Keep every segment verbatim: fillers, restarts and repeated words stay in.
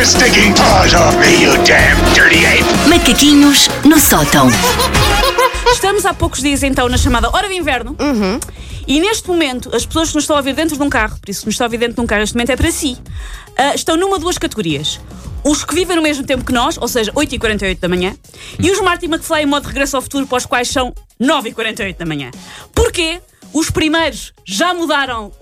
your stinking paws off me, you damn dirty ape! Macaquinhos no sótão. Estamos há poucos dias então na chamada Hora de Inverno. Uhum. E neste momento, as pessoas que nos estão a ouvir dentro de um carro, por isso que nos estão a ouvir dentro de um carro, neste momento é para si, uh, estão numa de duas categorias. Os que vivem no mesmo tempo que nós, ou seja, oito e quarenta e oito da manhã, e os Marty McFly em modo regresso ao futuro, para os quais são nove e quarenta e oito da manhã. Porquê? Os primeiros já mudaram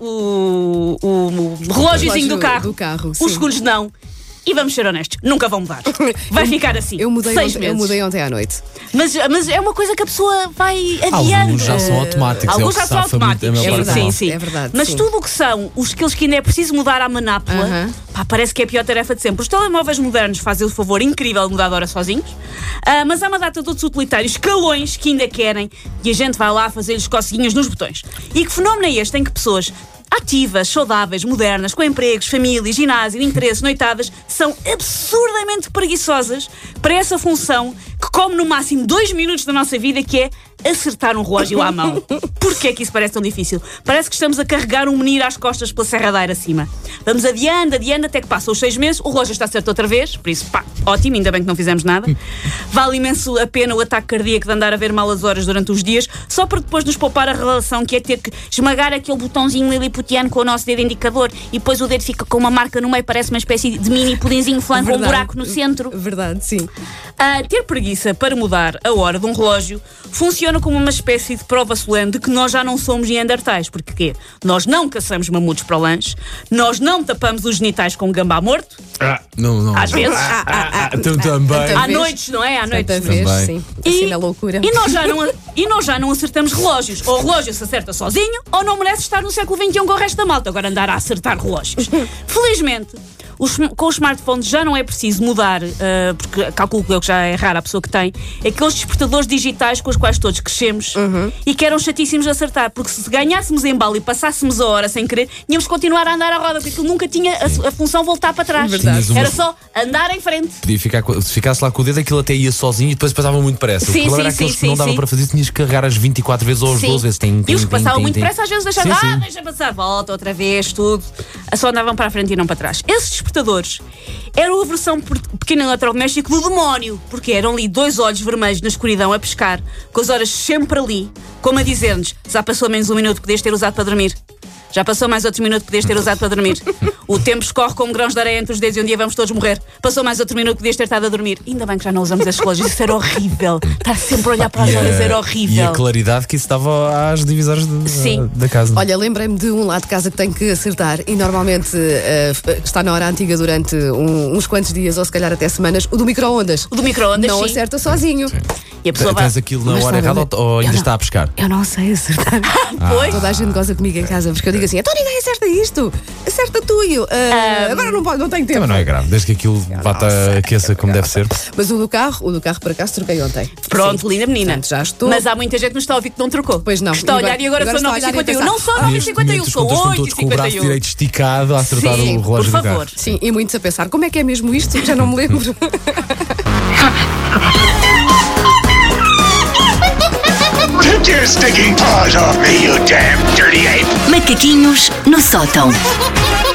o, o, o relógiozinho do carro, do carro, os sim. segundos não. E vamos ser honestos, nunca vão mudar. Vai ficar assim. Eu mudei, seis ontem, meses. eu mudei ontem à noite. Mas, mas é uma coisa que a pessoa vai adiando. Alguns já são automáticos. Alguns é o já são que safa muito, automáticos. a maior É parte verdade. do mal. Sim, sim. É verdade, Mas sim. tudo o que são os skills que ainda é preciso mudar à manápola, Aham. pá, parece que é a pior tarefa de sempre. Os telemóveis modernos fazem o favor incrível de mudar de hora sozinhos, ah, mas há uma data de outros utilitários, escalões, que ainda querem e a gente vai lá fazer-lhes coceguinhas nos botões. E que fenómeno é este em que pessoas ativas, saudáveis, modernas, com empregos, famílias, ginásio, interesses, noitadas, são absurdamente preguiçosas para essa função que come no máximo dois minutos da nossa vida, que é acertar um relógio à mão. Porquê é que isso parece tão difícil? Parece que estamos a carregar um menino às costas pela serradeira acima. Vamos adiando, adiando, até que passam os seis meses, o relógio está certo outra vez, por isso, pá, ótimo, ainda bem que não fizemos nada. Vale imenso a pena o ataque cardíaco de andar a ver mal as horas durante os dias, só para depois nos poupar a relação que é ter que esmagar aquele botãozinho liliputiano com o nosso dedo indicador e depois o dedo fica com uma marca no meio, parece uma espécie de mini pudinzinho flan com um Verdade. buraco no centro. Verdade, sim. Ah, ter preguiça para mudar a hora de um relógio funciona como uma espécie de prova solene de que nós já não somos neandertais. Porque quê? Nós não caçamos mamutos para o lanche, nós não tapamos os genitais com gambá morto, Ah, não, não. às vezes, Ah, ah, ah, então também. Tanta à vez. noites, não é? À noites. Tanta vez, Também. sim. Assim na loucura. E nós, já não, e nós já não acertamos relógios. Ou o relógio se acerta sozinho, ou não merece estar no século vinte e um com o resto da malta. Agora andar a acertar relógios. Felizmente, os, com os smartphones já não é preciso mudar, uh, porque calculo que já é rara a pessoa que tem, aqueles despertadores digitais com os quais todos crescemos e que eram chatíssimos de acertar. Porque se ganhássemos em bala e passássemos a hora sem querer, tínhamos que continuar a andar à roda, porque aquilo nunca tinha a, a função voltar para trás. Verdade. Tinhas uma- Era só andar em frente. Podia ficar, com- se ficasse lá com o dedo, aquilo até ia sozinho e depois passava muito depressa. Sim, o problema sim, era aqueles sim, que não sim, dava sim. para fazer, tinhas que carregar as vinte e quatro vezes ou as Sim. doze vezes. Tem, E tem, os que tem, passavam tem, muito tem. depressa, às vezes deixavam, Sim, ah, sim. deixa passar, volta outra vez, tudo. Só andavam para a frente e não para trás. Esses despertadores eram a versão por- pequeno eletrodoméstico do demónio, porque eram ali dois olhos vermelhos na escuridão a pescar, com as horas sempre ali, como a dizer-nos: já passou menos um minuto, podias ter usado para dormir. Já passou mais outro minuto, podias ter usado para dormir. O tempo escorre como grãos de areia entre os dedos e um dia vamos todos morrer. Passou mais outro minuto, podias ter estado a dormir. Ainda bem que já não usamos esses relógios. Isso era horrível. Estar sempre a olhar para as E a- horas era E a horrível. claridade que isso dava às divisórias de- Sim. da casa. Olha, lembrei-me de um lado de casa que tenho que acertar e normalmente eh, está na hora antiga durante um- uns quantos dias ou se calhar até semanas, o do micro-ondas. O do micro-ondas, Não sim. acerta sozinho. E a pessoa vai... Tens aquilo na Mas hora sabe errada onde- ou, ou ainda Eu não- está a pescar? Eu não sei acertar. Pois. Toda a gente goza comigo em casa porque eu digo assim: então ninguém acerta isto, acerta tu e eu. "Ah, agora não, pode, não tenho tempo. Também não é grave, desde que aquilo bata a aqueça como deve ser. Mas o do carro, o do carro por acaso troquei ontem. Pronto, Sim. linda menina. Portanto, já estou. Mas há muita gente que nos está a ouvir que não trocou. Pois não. Que está a E agora- olhar e agora, agora são está a nove e olhar e a cinquenta e um. pensar, Não são nove e Neste cinquenta e um, momento os são contas estão oito e todos com o braço cinquenta e um. direito esticado a acertar Sim, o por relógio do carro. favor. Sim, e muitos a pensar: como é que é mesmo isto? Já não me lembro. Take your stinking paws off me, you damn dirty ape! Macaquinhos no sótão.